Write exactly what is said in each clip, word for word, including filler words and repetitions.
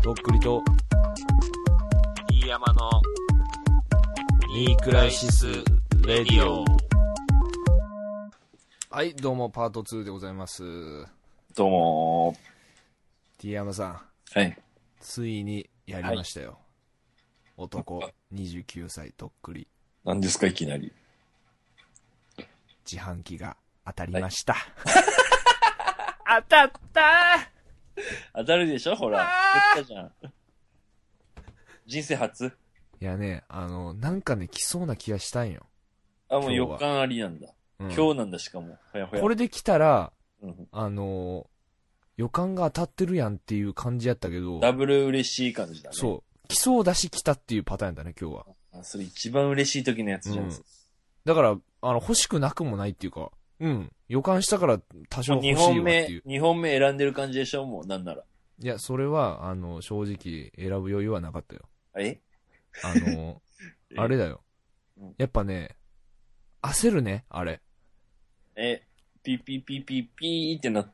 とっくりと飯山のニークライシスレディオ。はい、どうもパートツーでございます。 どうもー T 山さん、 はい、 ついにやりましたよ、はい、男にじゅうきゅうさいとっくり。 何ですかいきなり。 自販機が当たりました、はい、当たったー。 当たるでしょ、ほら言ったじゃん。人生初。 いやね、あのなんかね来そうな気がしたんよ。 あ、もう予感ありなんだ、うん、今日なんだ。しかもほやほやこれで来たら、 うん、 あの予感が当たってるやんっていう感じやったけど、 ダブル嬉しい感じだね。 そう来そうだし来たっていうパターンだね今日は。 あ、それ一番嬉しい時のやつじゃん、うん、 だからあの欲しくなくもないっていうか、うん予感したから多少欲しいわっていう。 にほんめ選んでる感じでしょ、もう。なんならいやそれはあの正直選ぶ余裕はなかったよ。 えあのあれだよ、やっぱね焦るねあれ。 えピーピーピーピーピーってなって、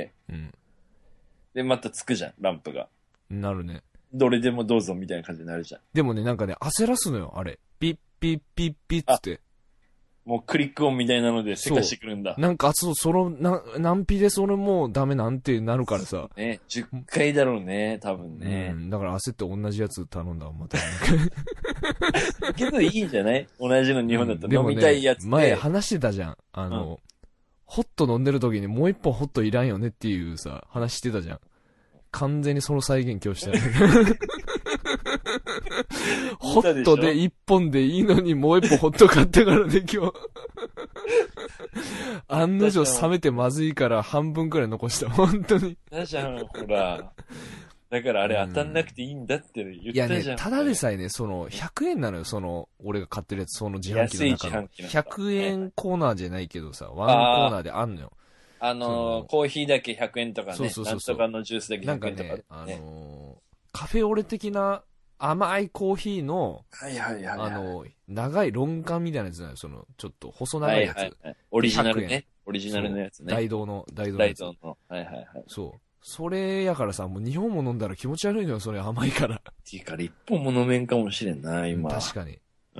うん、でまたつくじゃんランプが。 なるね。 どれでもどうぞみたいな感じになるじゃん。 でもねなんかね焦らすのよあれ。ピッピッピッピッつって、 もうクリック音みたいなのでせかしてくるんだ。 なんかそうそのな何ピでそれもうダメなんてなるからさ。 ねじゅっかいだろうね多分ね、 うん、だから焦って同じやつ頼んだまた。 けどいいんじゃない？同じの日本だったら飲みたいやつで、 うん、でもね、前話してたじゃん。あの、うん、ホット飲んでる時にもう一本ホットいらんよねっていうさ話してたじゃん。完全にその再現今日したよ。ホットで一本でいいのにもう一本ホット買ったからね今日。案の定冷めてまずいから半分くらい残した本当に。 だじゃんほら。だからあれ当たんなくていいんだって言ったじゃん。 いやね、ただでさえね、そのひゃくえんなのよ、その俺が買ってるやつ、その自販機の中のひゃくえんコーナーじゃないけどさ、ワンコーナーであんのよ。 あのー、コーヒーだけひゃくえんとかね、そうそうそうそう、なんとかのジュースだけひゃくえんとか、ね、なんかね、あのー、カフェオレ的な甘いコーヒーの、 はいはいはいはい、 あのー、長いロン缶みたいなやつなのよ、その、ちょっと細長いやつ。はいはいはい、 オリジナルね。オリジナルのやつね。 大道の、大道のやつ。 大道の。はいはいはい。 そう。それやからさ、もうにほんも飲んだら気持ち悪いのよ、それ甘いから。 っていうからいっぽんも飲めんかもしれんな、今。 確かに。 うん。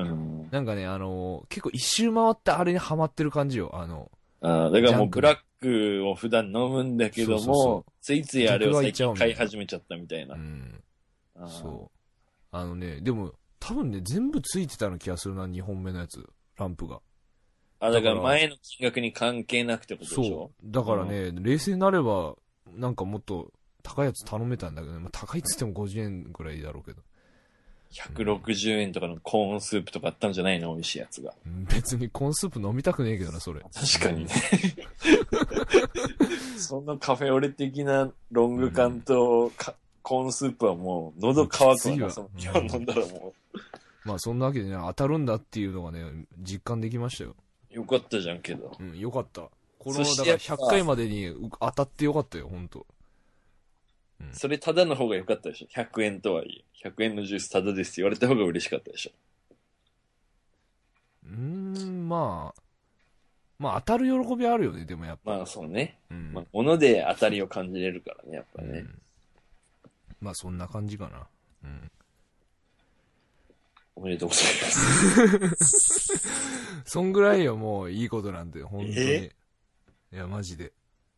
なんかね、あのー、結構一周回ってあれにハマってる感じよ、あの。 ああ、だからもうブラックを普段飲むんだけども、そうそうそう、ついついあれを最近買い始めちゃったみたいな。うん。 あ、そう。あのね、でも、多分ね、全部ついてたの気がするな、にほんめのやつ、ランプが。 あ、だから前の金額に関係なくってことでしょ？ そう。だからね、うん、冷静になれば、なんかもっと高いやつ頼めたんだけどね、まあ、高いっつってもごじゅうえんぐらいだろうけど。 ひゃくろくじゅうえんとかのコーンスープとかあったんじゃないの？美味しいやつが。 別にコーンスープ飲みたくねえけどな、それ。 確かにね。そんなカフェオレ的なロング缶と、うん、コーンスープはもう喉乾くわな、その今日飲んだらもう。 まあそんなわけでね、当たるんだっていうのがね、実感できましたよ。 よかったじゃんけど。 うん、よかった。この、だからひゃっかいまでに当たってよかったよ、ほんと。 うん、それタダの方が良かったでしょ。ひゃくえんとはいえ。ひゃくえんのジュースタダですって言われた方が嬉しかったでしょ。 うーん、まあ。まあ当たる喜びあるよね、でもやっぱ。 まあそうね。うん、まあ物で当たりを感じれるからね、やっぱね。うん、 まあそんな感じかな。うん。 おめでとうございます。 そんぐらいよ、もういいことなんて、本当に。いや、マジで。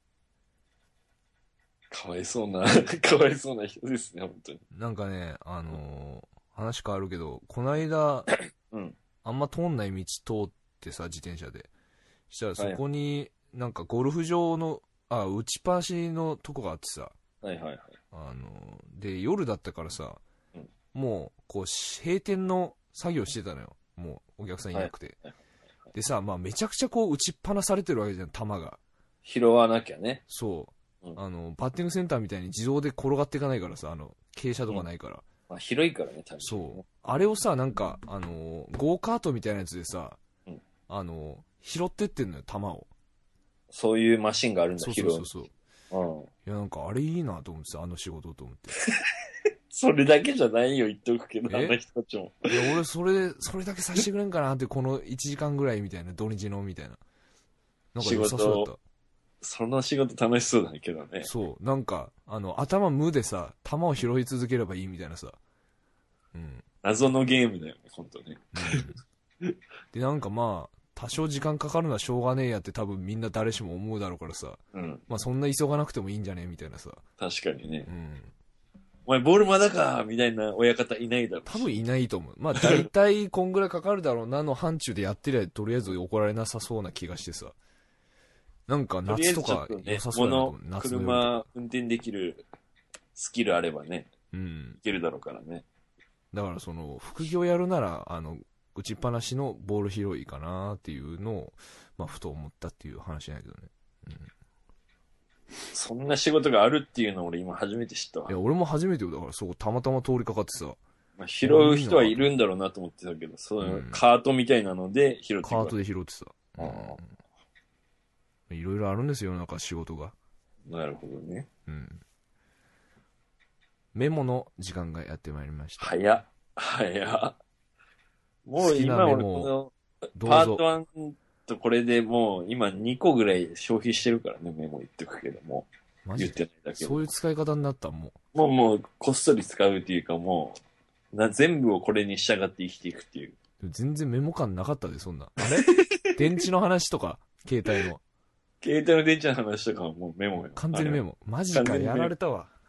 かわいそうな、かわいそうな人ですね、本当に。 なんかね、あのー、話変わるけど、こないだ、うん、あんま通んない道通ってさ、自転車で。したらそこに、なんかゴルフ場の、あ、打ちっぱなしのとこがあってさ。 はいはいはい。 あのー、で、夜だったからさ、うん、もう、こう、閉店の作業してたのよ。もう、お客さんいなくて。はい、でさ、まあ、めちゃくちゃこう、打ちっぱなされてるわけじゃん、球が。 拾わなきゃね。 そう。うん、あの、バッティングセンターみたいに自動で転がっていかないからさ、あの、傾斜とかないから。うん、 まあ、広いからね、確かに。 そう。あれをさ、なんか、あのー、ゴーカートみたいなやつでさ、うん、あのー、拾ってってんのよ、球を。 そういうマシンがあるんだ、 そうそうそうそう。うん。いや、なんかあれいいなと思ってさ、あの仕事と思って。 それだけじゃないよ、言っとくけど、あの人たちも。 いや、俺、それ、それだけさせてくれんかなって、このいちじかんぐらいみたいな、土日のみたいな。なんか良さそうだった。 その仕事楽しそうだけどね。 そう。なんか、あの、頭無でさ、弾を拾い続ければいいみたいなさ。うん。 謎のゲームだよね、ほんとね。 うん、で、なんかまあ、多少時間かかるのはしょうがねえやって多分みんな誰しも思うだろうからさ。うん。まあそんな急がなくてもいいんじゃねみたいなさ。 確かにね。うん。お前ボールまだかみたいな親方いないだろう。 多分いないと思う。まあ大体こんぐらいかかるだろうなの範疇でやってりゃとりあえず怒られなさそうな気がしてさ。なんか夏とか良さそうだなと思う。 ね、夏の車運転できるスキルあればね。うん。いけるだろうからね。 だからその副業やるならあの打ちっぱなしのボール拾いかなっていうのをまあふと思ったっていう話なんやけどね。うん。 そんな仕事があるっていうのを俺今初めて知ったわ。 いや俺も初めてよ。だからそこたまたま通りかかってさ。 まあ、拾う人はいるんだろうなと思ってたけど、そういうカートみたいなので拾ってカートで拾ってさ。うん。いろいろあるんですよ、なんか仕事が。 なるほどね。うん。 メモの時間がやってまいりました。 早っ。早っ。もう今俺このパートワンとこれでもう今にこぐらい消費してるからね、メモ言ってくけども。 マジで言ってないだけそういう使い方になったもう。もうもうこっそり使うっていうかもう、な全部をこれに従って生きていくっていう。 全然メモ感なかったで、そんな。あれ電池の話とか、携帯の。 携帯の電池の話とかはもうメモよ。 完全にメモ。マジか、やられたわ。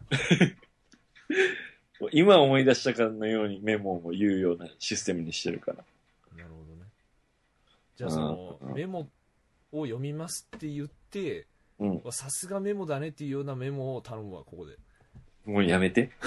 今思い出したかのようにメモを言うようなシステムにしてるから。 なるほどね。じゃあその、メモを読みますって言って、さすがメモだねっていうようなメモを頼むわ、ここで。 もうやめて。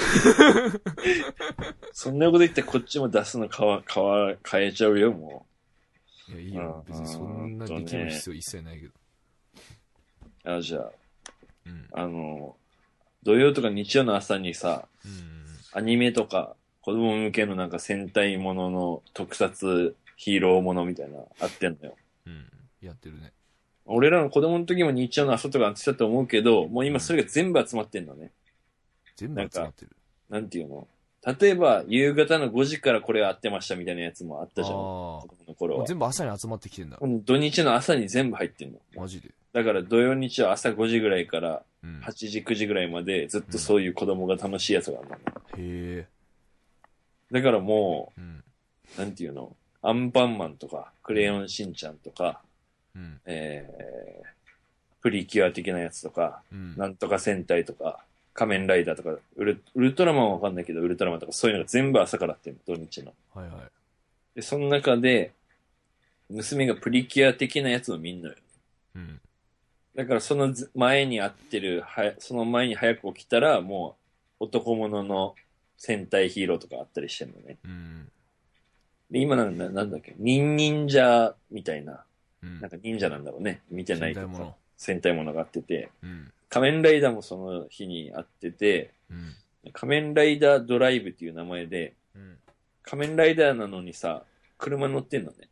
そんなこと言ってこっちも出すの変わ、変わ、変えちゃうよ、もう。いや、いいよ。別にそんなできる必要一切ないけど。 あ、じゃあ、うん、あの、土曜とか日曜の朝にさ、うん、アニメとか子供向けのなんか戦隊ものの特撮ヒーローものみたいなあってんのよ。 うん。やってるね。 俺らの子供の時も日曜の朝とかあってたと思うけど、もう今それが全部集まってんのね。 全部集まってる。 なんていうの？例えば、夕方のごじからこれあってましたみたいなやつもあったじゃん。子供の頃は。 全部朝に集まってきてんだ。 土日の朝に全部入ってんの。 マジで。 だから土曜日は朝ごじぐらいからはちじ、くじぐらいまでずっとそういう子供が楽しいやつがあるの、ね。うん、へえ。だからもう、うん、なんていうの？アンパンマンとか、クレヨンしんちゃんとか、うん、えー、プリキュア的なやつとか、うん、なんとか戦隊とか、仮面ライダーとかウル、ウルトラマンはわかんないけど、ウルトラマンとかそういうのが全部朝からあってんの、土日の。はいはい。で、その中で、娘がプリキュア的なやつを見んのよ。うん。だからその前に会ってる、はその前に早く起きたら、もう男物の戦隊ヒーローとかあったりしてんのね。うん。で、今なんだ、なんだっけ、忍忍者みたいな、うん、なんか忍者なんだろうね。見てないけど、戦隊ものがあってて、うん。仮面ライダーもその日に会ってて、うん、仮面ライダードライブっていう名前で、うん、仮面ライダーなのにさ、車乗ってんのね。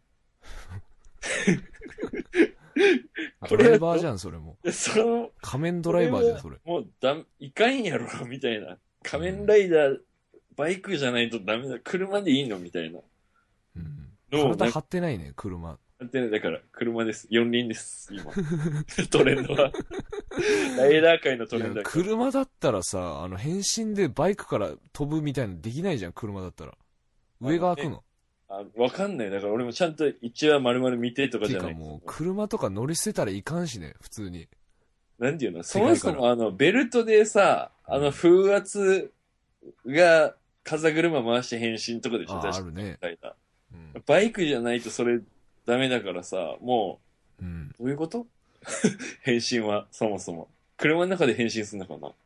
ドライバーじゃん、それも。 その仮面ドライバーじゃん、それ。 もうだ、いかんやろ、みたいな。仮面ライダー、うん、バイクじゃないとダメだ。車でいいのみたいな。 うん。体張ってないね、車。 だから、車です。四輪です、今。トレンドは。ライダー界のトレンドは。 車だったらさ、あの、変身でバイクから飛ぶみたいなのできないじゃん、車だったら。上が開くの。 あ、わかんない。だから俺もちゃんと一話丸々見てとかじゃない。 てかもう、車とか乗り捨てたらいかんしね、普通に。 なんていうの？そもそもあの、ベルトでさ、あの、風圧が風車回して変身とかでしょ、 確かに。あるね。 うん、バイクじゃないとそれ、ダメだからさ、もう、うん、どういうこと変身は、そもそも。車の中で変身するのかな？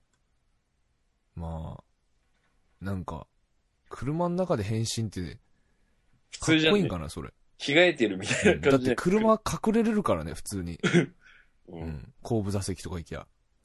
まあ、なんか、車の中で変身って、ね、普通じゃん、ね。かっこいいんかな、それ。 着替えてるみたいな感じで、うん。 だって車隠れれるからね、普通に。うん、うん。後部座席とか行きゃ。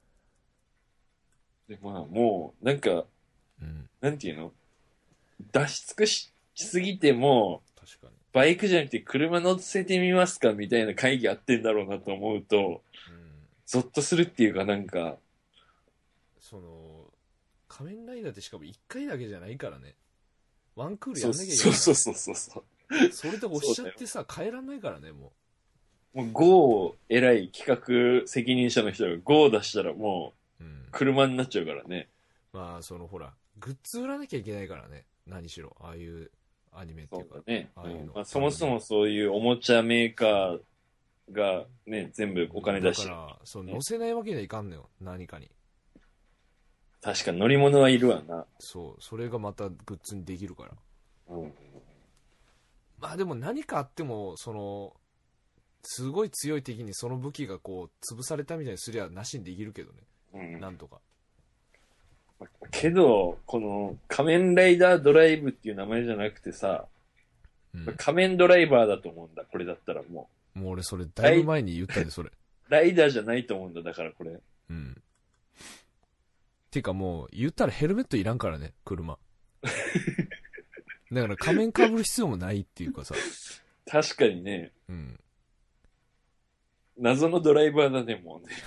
で、まあ、もう、なんか、うん、なんていうの？出し尽くしすぎても、確かに。バイクじゃなくて車乗せてみますかみたいな会議あってんだろうなと思うと、うん、ゾッとするっていうかなんか、 その、仮面ライダーってしかも一回だけじゃないからね。ワンクールやんなきゃいけない、ね。 そうそうそうそうそう。 それで押しちゃってさ、変えらんないからね、ももう ゴー 偉い企画責任者の人が ゴー 出したらもう車になっちゃうからね、 うん、まあそのほらグッズ売らなきゃいけないからね、何しろああいうアニメっていうか、 そうだね、 ああいうの、 うんまあ、そもそもそういうおもちゃメーカーがね全部お金出して、 だからそう載せないわけにはいかんのよ、何かに。 確か乗り物はいるわな。 そう、それがまたグッズにできるから、 うん、 まあでも何かあってもそのすごい強い敵にその武器がこう潰されたみたいにすりゃなしにできるけどね、うん、なんとか。 けどこの仮面ライダードライブっていう名前じゃなくてさ、うん、仮面ドライバーだと思うんだ、これだったら。もうもう俺それだいぶ前に言ったで、それライダーじゃないと思うんだ、だからこれ。 うんていうかもう言ったらヘルメットいらんからね、車だから仮面かぶる必要もないっていうかさ。 確かにね。 うん。 謎のドライバーだね、もうね。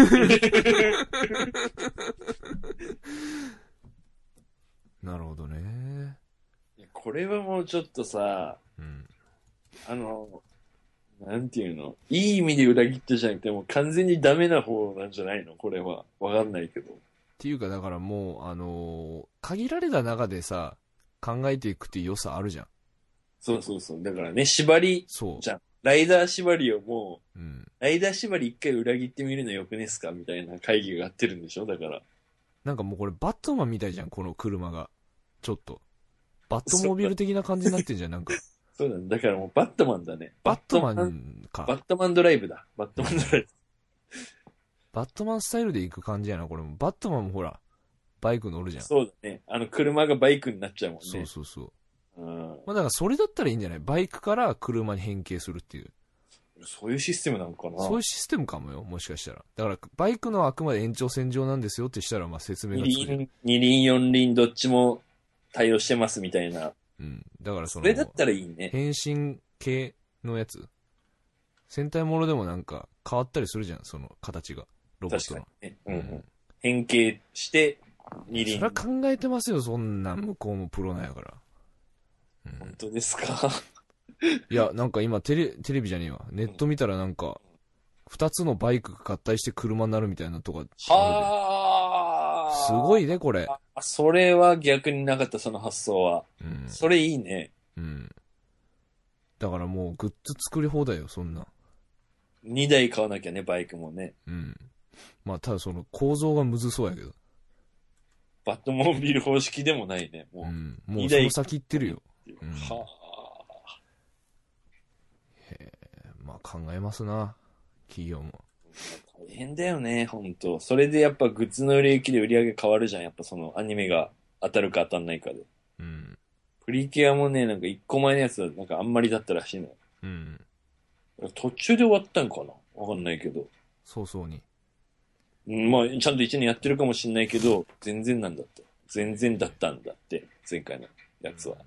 なるほどね。 これはもうちょっとさ、 うん、 あの、なんていうの、いい意味で裏切ってじゃなくて、もう完全にダメな方なんじゃないのこれは。わかんないけど。 っていうか、だからもう、あのー、限られた中でさ、考えていくっていう良さあるじゃん。 そうそうそう。だからね、縛り、 そう。 じゃん。ライダー縛りをもう、うん、 ライダー縛り一回裏切ってみるのよくねっすかみたいな会議がやってるんでしょだから。 なんかもうこれバットマンみたいじゃん、この車が。ちょっと。バットモービル的な感じになってんじゃん、なんか。 そうなんだ。だからもうバットマンだね。 バットマンか。 バットマンドライブだ。バットマンドライブ。 バットマンスタイルで行く感じやな、これも。バットマンもほら、バイク乗るじゃん。 そうだね。あの車がバイクになっちゃうもんね。 そうそうそう。 うん。 まあだからそれだったらいいんじゃない？バイクから車に変形するっていう。 そういうシステムなのかな？ そういうシステムかもよ、もしかしたら。だからバイクのあくまで延長線上なんですよってしたらまあ説明がつく。 二輪、二輪四輪どっちも対応してますみたいな。 うん。だからその、 それだったらいいね。 変身系のやつ。戦隊ものでもなんか変わったりするじゃん、その形が。ロボットの。 確かにね。うんうん。変形して二輪。 それは考えてますよ、そんな向こうもプロなんやから。 うん、本当ですか？ いや、なんか今テレ、テレビじゃねえわ。ネット見たらなんか、二つのバイクが合体して車になるみたいなとかあるで。 はあ。 すごいね、これ。 あ、それは逆になかった、その発想は。うん。それいいね。 うん。だからもうグッズ作り放題よ、そんな。 二台買わなきゃね、バイクもね。 うん。まあ、ただその構造がむずそうやけど。 バットモービル方式でもないね、もう。うん。 もうその先行ってるよ。うん、はあ。へえ、まあ考えますな、企業も。 大変だよね、ほんと。それでやっぱグッズの売れ行きで売り上げ変わるじゃん。やっぱそのアニメが当たるか当たんないかで。うん。プリキュアもね、なんか一個前のやつはなんかあんまりだったらしいの。うん。途中で終わったんかなわかんないけど。 早々に。 まあ、ちゃんと一年やってるかもしんないけど、全然なんだって。全然だったんだって、前回のやつは。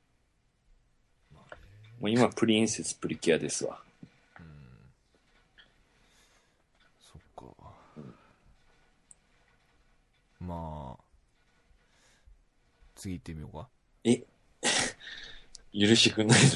もう今、プリンセスプリキュアですわ。うん。 そっか。うん、まあ、次行ってみようか。 え許してくんない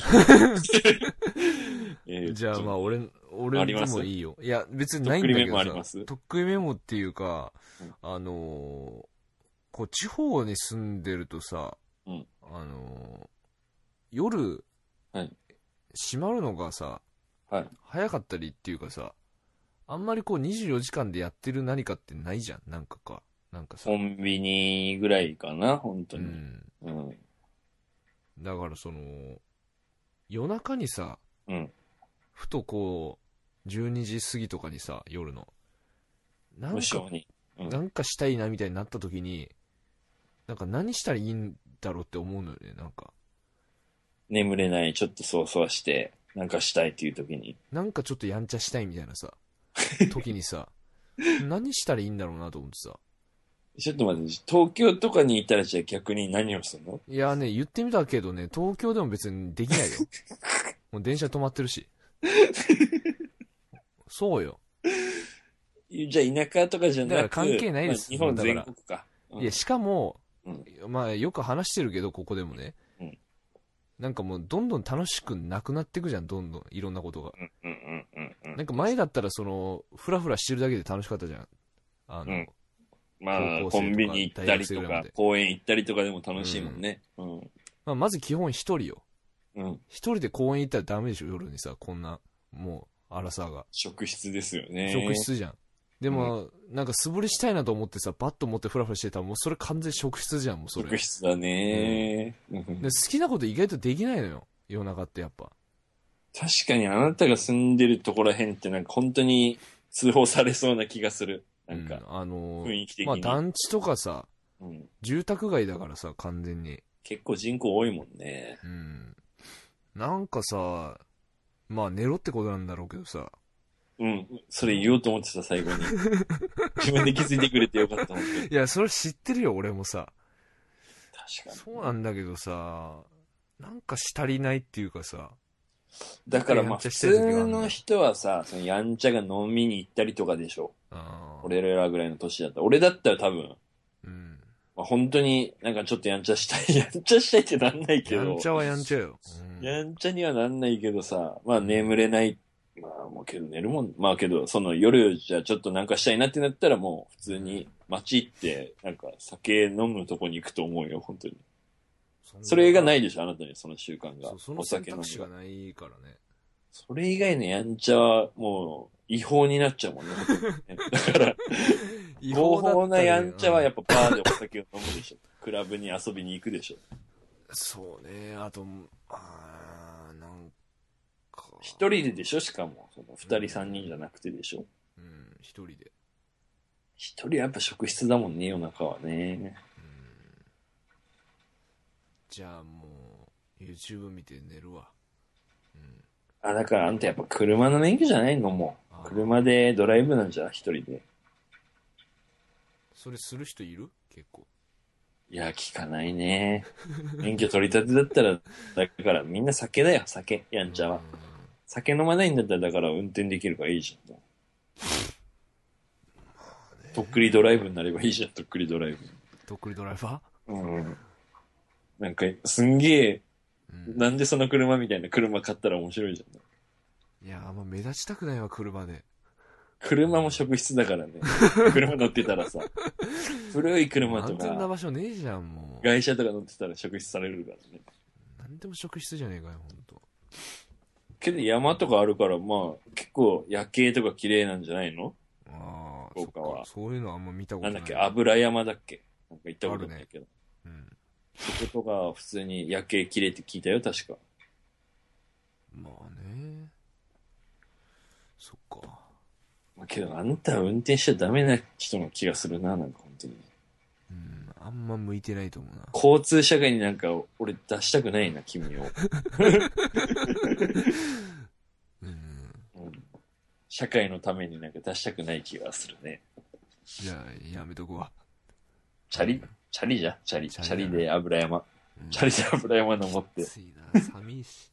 のじゃあまあ、俺、俺でもいいよ。いや、別にないんだけどさ。とっくりメモあります？とっくりメモっていうか、うん、あのー、こう、地方に住んでるとさ、うん、あのー、夜、はい、閉まるのがさ、はい、早かったりっていうかさ、あんまりこうにじゅうよじかんでやってる何かってないじゃん、なんかか。なんかさ。 コンビニぐらいかな、本当に。うん。うん、 だからその、夜中にさ、うん、ふとこう、じゅうにじ過ぎとかにさ、夜の、なんか、うん、なんかしたいなみたいになった時に、なんか何したらいいんだろうって思うのよね、なんか。 眠れない、ちょっとそわそわして、なんかしたいっていう時に。 なんかちょっとやんちゃしたいみたいなさ、時にさ、何したらいいんだろうなと思ってさ。 ちょっと待って、東京とかにいたらじゃあ逆に何をするの？ いやね、言ってみたけどね、東京でも別にできないよ。もう電車止まってるし。そうよ。 じゃあ田舎とかじゃなくて。 だから関係ないです。 まあ、日本全国か。 うん、いや、しかも、うん、まあよく話してるけど、ここでもね。うん、なんかもうどんどん楽しくなくなっていくじゃん、どんどん。いろんなことが。 なんか前だったらその、ふらふらしてるだけで楽しかったじゃん。あの、うん、 まあ、コンビニ行ったりとか、公園行ったりとかでも楽しいもんね。うん。うん、 まあ、まず基本一人よ。うん。一人で公園行ったらダメでしょ、夜にさ、こんな、もう、荒さが。 職質ですよね。 職質じゃん。でも、うん、なんか素振りしたいなと思ってさ、バット持ってフラフラしてたら、もうそれ完全職質じゃん、もうそれ。 職質だね、 うん、で。好きなこと意外とできないのよ、夜中ってやっぱ。 確かにあなたが住んでるところらへんってなんか本当に通報されそうな気がする。なんか、うん、あのー、雰囲気的に。 まあ団地とかさ、うん、住宅街だからさ、完全に。 結構人口多いもんね。 うん。なんかさ、まあ寝ろってことなんだろうけどさ。 うん。それ言おうと思ってた、最後に。自分で気づいてくれてよかったもん。いや、それ知ってるよ、俺もさ。 確かに。 そうなんだけどさ、なんかし足りないっていうかさ。 だからまあ、普通の人はさ、そのやんちゃが飲みに行ったりとかでしょ。俺らぐらいの年だったら。俺だったら多分、うんまあ、本当になんかちょっとやんちゃしたい。やんちゃしたいってなんないけど。 やんちゃはやんちゃよ。 うん、やんちゃにはなんないけどさ、まあ眠れない。まあもうけど寝るもん。まあけど、その夜じゃちょっとなんかしたいなってなったらもう普通に街行って、なんか酒飲むとこに行くと思うよ、本当に。それがないでしょ、あなたにその習慣が。 その選択肢がないからね。 それ以外のやんちゃはもう違法になっちゃうもんね。だから、合法なやんちゃはやっぱバーでお酒を飲むでしょ。クラブに遊びに行くでしょ。 そうね、あと、あー、なんか。 一人ででしょ、しかも。その二人三人じゃなくてでしょ。 うん、一人で。 一人はやっぱ職質だもんね、夜中はね。 じゃあもう、YouTube 見て寝るわ。 うん。あ、だからあんたやっぱ車の免許じゃないのもう。車でドライブなんじゃ、一人で。 それする人いる結構。 いや、聞かないね。免許取り立てだったら、だからみんな酒だよ、酒、やんちゃは。酒飲まないんだったらだから運転できるからいいじゃん。とっくりドライブになればいいじゃん、とっくりドライブ。 とっくりドライバーうん。なんか、すんげえ、うん、なんでその車みたいな車買ったら面白いじゃん。いや、あんま目立ちたくないわ、車で。 車も職質だからね。車乗ってたらさ。古い車とか。 安全な場所ねえじゃん、もう。外車とか乗ってたら職質されるからね。 なんでも職質じゃねえかよ、ほんと。 けど山とかあるから、まあ、結構夜景とか綺麗なんじゃないの？ ああ、そうかは。そういうのあんま見たことない。 なんだっけ、油山だっけ？なんか行ったことないけど。ね、うん。そことか普通に夜景綺麗って聞いたよ、確か。 まあね。そっか。 まあ、けどあんたは運転しちゃダメな人の気がするな、なんか本当に。 うん、あんま向いてないと思うな。 交通社会になんか俺出したくないな、君を。うんうん、社会のためになんか出したくない気がするね。 じゃあ、やめとこわ。 チャリ、チャリじゃチャリ。チャリで油山。うん、チャリで油山登って。 暑いな、寒いし。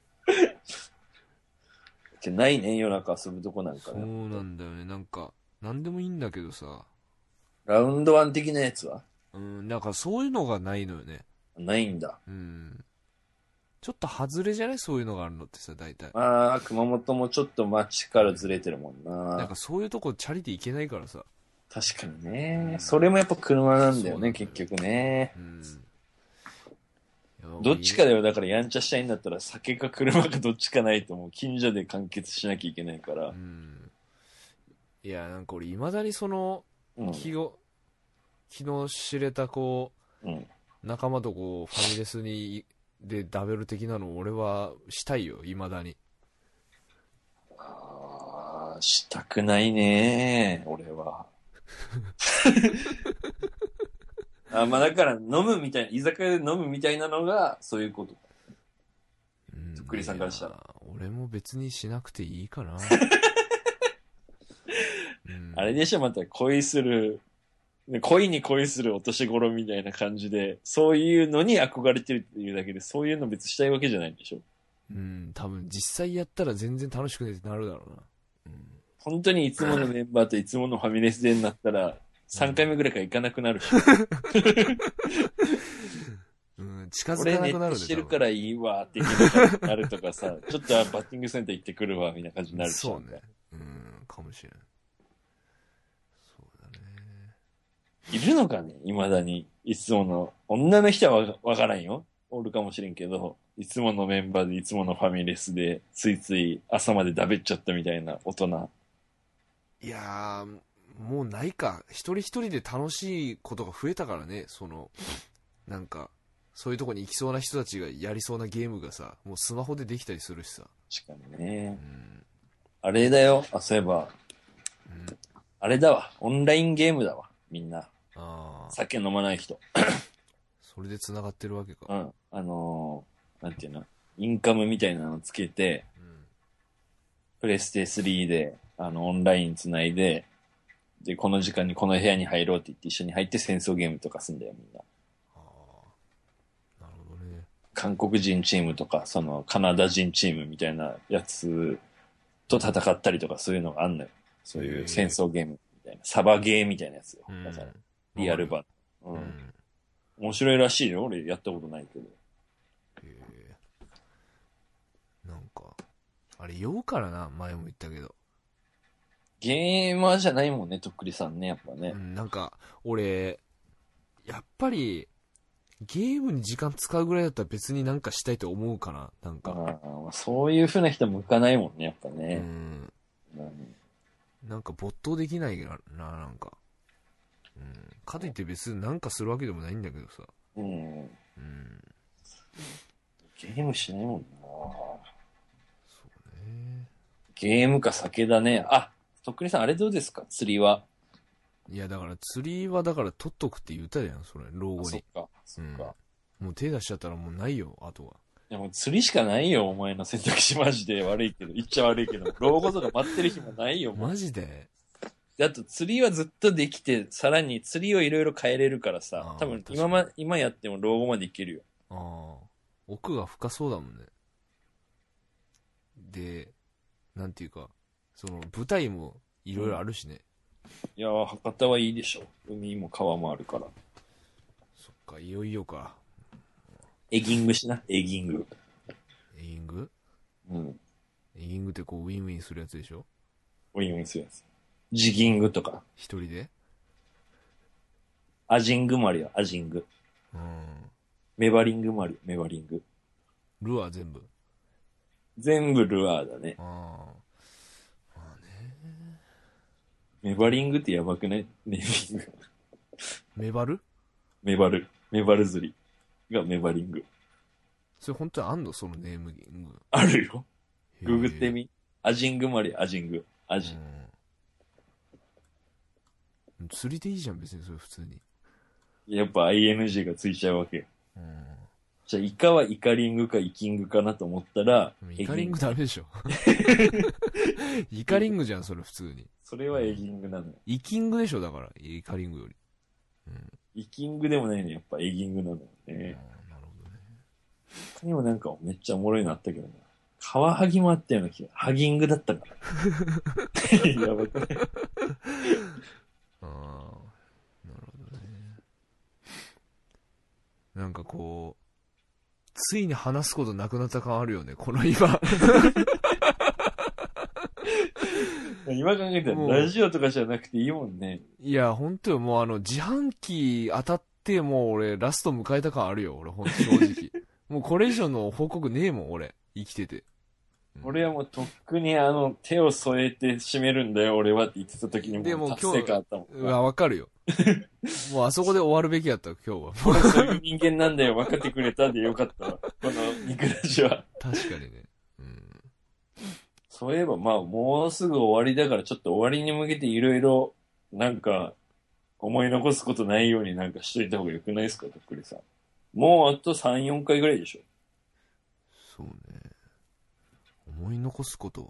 ないね、夜中遊ぶとこなんかね。そうなんだよね。なんか、なんでもいいんだけどさ。 ラウンドワン的なやつは？ うん、なんかそういうのがないのよね。 ないんだ。 うん。ちょっと外れじゃない？そういうのがあるのってさ、大体。 ああ、熊本もちょっと街からずれてるもんな。 なんかそういうとこチャリで行けないからさ。 確かにね。それもやっぱ車なんだよね、結局ね。うん。どっちかだよ。だからやんちゃしたいんだったら酒か車かどっちかないともう近所で完結しなきゃいけないから。うん。 いや、なんか俺未だにその、うん、気を、昨日知れたこう、うん、仲間とこう、ファミレスに、でダベル的なのを俺はしたいよ、未だに。 ああ、したくないね俺は。あ、まあだから飲むみたいな、居酒屋で飲むみたいなのが、そういうこと。とっくりさんからしたら。 俺も別にしなくていいかな。 うん、あれでしょ、また恋する、恋に恋するお年頃みたいな感じで、そういうのに憧れてるっていうだけで、そういうの別にしたいわけじゃないんでしょ。 うん、多分実際やったら全然楽しくねってなるだろうな。うん、 本当にいつものメンバーといつものファミレスでになったら、さんかいめぐらいから行かなくなるし。 うん、 近づかなくなるんだよ。 俺ネットしてるからいいわってなるとかさ、ちょっとバッティングセンター行ってくるわみたいな感じになるし。 そうね。うん、かもしれない。そうだね。 いるのかね未だに。いつもの、女の人はわ、わからんよ。おるかもしれんけど、いつものメンバーでいつものファミレスで、ついつい朝までだべっちゃったみたいな大人。 いやー、もうないか。一人一人で楽しいことが増えたからね。その、なんか、そういうとこに行きそうな人たちがやりそうなゲームがさ、もうスマホでできたりするしさ。 確かにね。 うん、 あれだよ。あ、そういえば、うん、あれだわ。オンラインゲームだわ。みんな。あ、酒飲まない人。 それで繋がってるわけか。 うん。あのー、なんていうの、インカムみたいなのつけて、うん、プレステスリーで、あの、オンライン繋いで、で、この時間にこの部屋に入ろうって言って一緒に入って戦争ゲームとかすんだよ、みんな。ああ。なるほどね。韓国人チームとか、その、カナダ人チームみたいなやつと戦ったりとかそういうのがあんのよ。そういう戦争ゲームみたいな。サバゲーみたいなやつよ。だから、リアル版。うん。うん、面白いらしいよ。俺やったことないけど。へえ。 なんか、あれ酔うからな、前も言ったけど。 ゲーマーじゃないもんね、とっくりさんね、やっぱね。 うん、なんか、俺、やっぱり、ゲームに時間使うぐらいだったら別になんかしたいと思うかな、なんか。 ああ、そういう風な人向かないもんね、やっぱね。うん。 うん、なんか没頭できないな、なんか。うん。かといって別になんかするわけでもないんだけどさ。うん。うん。 ゲームしないもんな。そうね。ゲームか酒だね。あ、とっくりさん、あれどうですか釣りは。 いや、だから釣りはだから取っとくって言ったじゃん、それ、老後に。 そっか、そっか、 うん。もう手出しちゃったらもうないよ、あとは。 いや、もう釣りしかないよ、お前の選択肢マジで悪いけど、言っちゃ悪いけど、老後とか待ってる暇ないよ、 マジで。 で、あと釣りはずっとできて、さらに釣りをいろいろ変えれるからさ、多分今ま、今やっても老後までいけるよ。ああ。奥が深そうだもんね。で、なんていうか、その舞台もいろいろあるしね。 いやー、博多はいいでしょ。海も川もあるから。 そっか、いよいよか。 エギングしな、エギング。 エギング？うん。エギングってこう、ウィンウィンするやつでしょ？ ウィンウィンするやつ。ジギングとか。 一人で？ アジングもあるよ、アジング。うん。メバリングもあるよ、メバリング。 ルアー全部？ 全部ルアーだね。ああ。メバリングってやばくないネーミング。 メバル？ メバル。メバル釣りがメバリング。 それ本当にあんのそのネーミング。 あるよ。ググってみ。アジングもあるよ、アジング。アジン。 釣りでいいじゃん、別にそれ普通に。 やっぱ アイエヌジー がついちゃうわけよ。うん。じゃあ、イカはイカリングかイキングかなと思ったら、 イカリングダメでしょ。イカリングじゃん、それ普通に。 それはエギングなのよ。 イキングでしょ、だから、イカリングより。 うん。イキングでもないね、やっぱエギングなのよね。なるほどね。他にもなんかめっちゃおもろいのあったけどな。カワハギもあったような気が。ハギングだったから。やばくない？ああ、なるほどね。なんかこう、ついに話すことなくなった感あるよね、この今。 今考えたらラジオとかじゃなくていいもんね。 いや、ほんとよ、もうあの、自販機当たってもう俺、ラスト迎えた感あるよ、俺、ほんと正直。もうこれ以上の報告ねえもん、俺、生きてて。 うん、俺はもうとっくにあの、手を添えて締めるんだよ、俺はって言ってた時にもう達成感あったもん。 うわ、わかるよ。もうあそこで終わるべきやった、今日は。 俺そういう人間なんだよ、分かってくれたんでよかったわ。この肉ラジは。 確かにね。うん。 そういえばまあ、もうすぐ終わりだから、ちょっと終わりに向けていろいろ、なんか、思い残すことないようになんかしといた方がよくないですか、とっくりさん。もうあとさん、よんかいぐらいでしょ。 そうね。思い残すこと。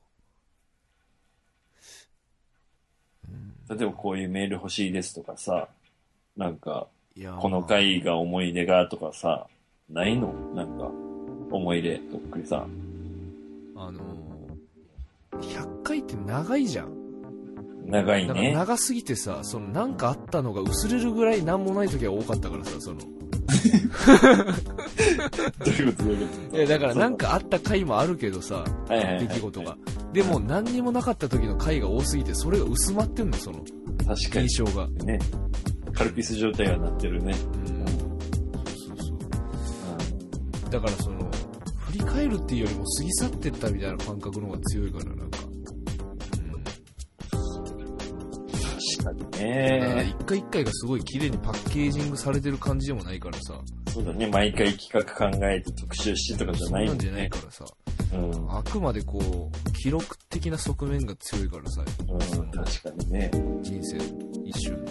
うん、例えばこういうメール欲しいですとかさ、なんか、この回が思い出がとかさ、ないの？なんか、思い出、とっくりさん。 あのー、ひゃっかいって長いじゃん。 長いね。 だから長すぎてさ、そのなんかあったのが薄れるぐらいなんもない時は多かったからさ、その。 どういうことどういうこと。 いや、だからなんかあった回もあるけどさ、 はいはいはいはい、 出来事が。でも何にもなかった時の回が多すぎて、それが薄まってんの、その、 確かに。 印象が。 ね。カルピス状態はなってるね。うん。そうそうそう。 うん、だからその、振り返るっていうよりも過ぎ去ってったみたいな感覚の方が強いから、なんか。 確かにね。 一回一回がすごい綺麗にパッケージングされてる感じでもないからさ。 そうだね、毎回企画考えて特集してとかじゃないもんね。そんなんじゃないからさ。うん、あくまでこう、記録的な側面が強いからさ。 うん、確かにね。 人生一瞬の。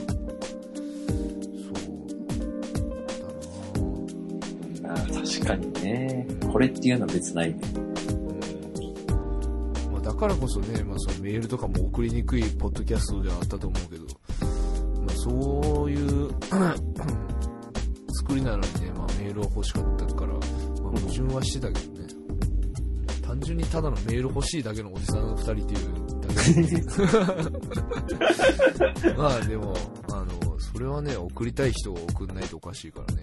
そうだな。あ、確かにね。これっていうのは別ないね。 だからこそね、まあ、そのメールとかも送りにくいポッドキャストではあったと思うけど、まあ、そういう作りなのにね、まあ、メールは欲しかったから、まあ、矛盾はしてたけどね、単純にただのメール欲しいだけのおじさんがふたりっていうだけまあでもあのそれはね、送りたい人が送んないとおかしいからね、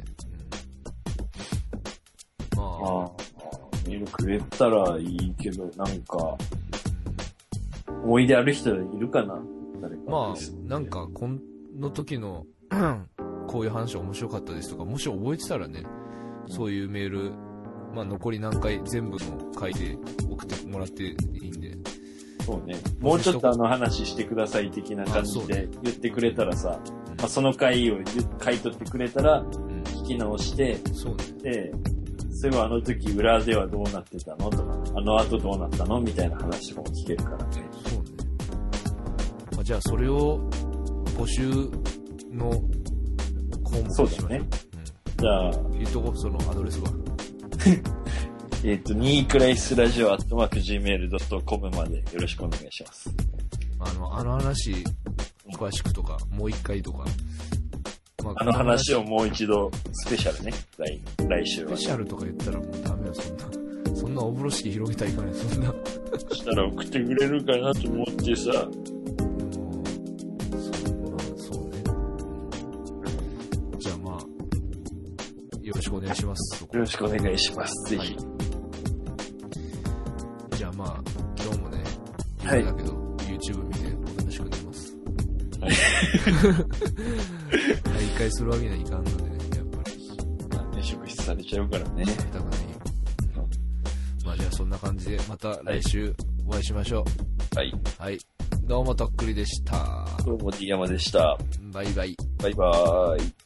うん、まあ、 あメールくれたらいいけど、なんか思い出ある人いるかな、誰か。 まあなんかこの時のこういう話面白かったですとか、もし覚えてたらね、そういうメール、まあ残り何回全部の回で送ってもらっていいんで。 そうね。もうちょっとあの話してください的な感じで言ってくれたらさ、うん、まあ、その回を書い取ってくれたら聞き直して、うん、そうね。で、そういえばあの時裏ではどうなってたのとか、あの後どうなったのみたいな話とかも聞けるからね。 そうね。まあ、じゃあそれを募集の項目にしましょう。そうだね。うん、 じゃあ、 言っとこう、そのアドレスは。 えっと、ニークライスラジオアットマーク ジーメールドットコム までよろしくお願いします。 あの、あの話、詳しくとか、もう一回とか。 まあ、あの話をもう一度、スペシャルね、来、来週は、ね。 スペシャルとか言ったらもうダメよ、そんな。そんなお風呂敷広げたらいかない、そんな。 したら送ってくれるかなと思ってさ。でも、 そう、まあ、そうね。じゃあまあ、よろしくお願いします。 よろしくお願いします。ぜひ。はい、 じゃあまあ、今日もね、夜だけど、はい、YouTube 見ておとなしく寝ます。はい。徘徊するわけにはいかんのでね、やっぱり。 まあね、職質されちゃうからね。 やりたくないよ。まあじゃあそんな感じで、また来週お会いしましょう。はい。 はい。どうもとっくりでした。 どうも D 山でした。 バイバイ。 バイバーイ。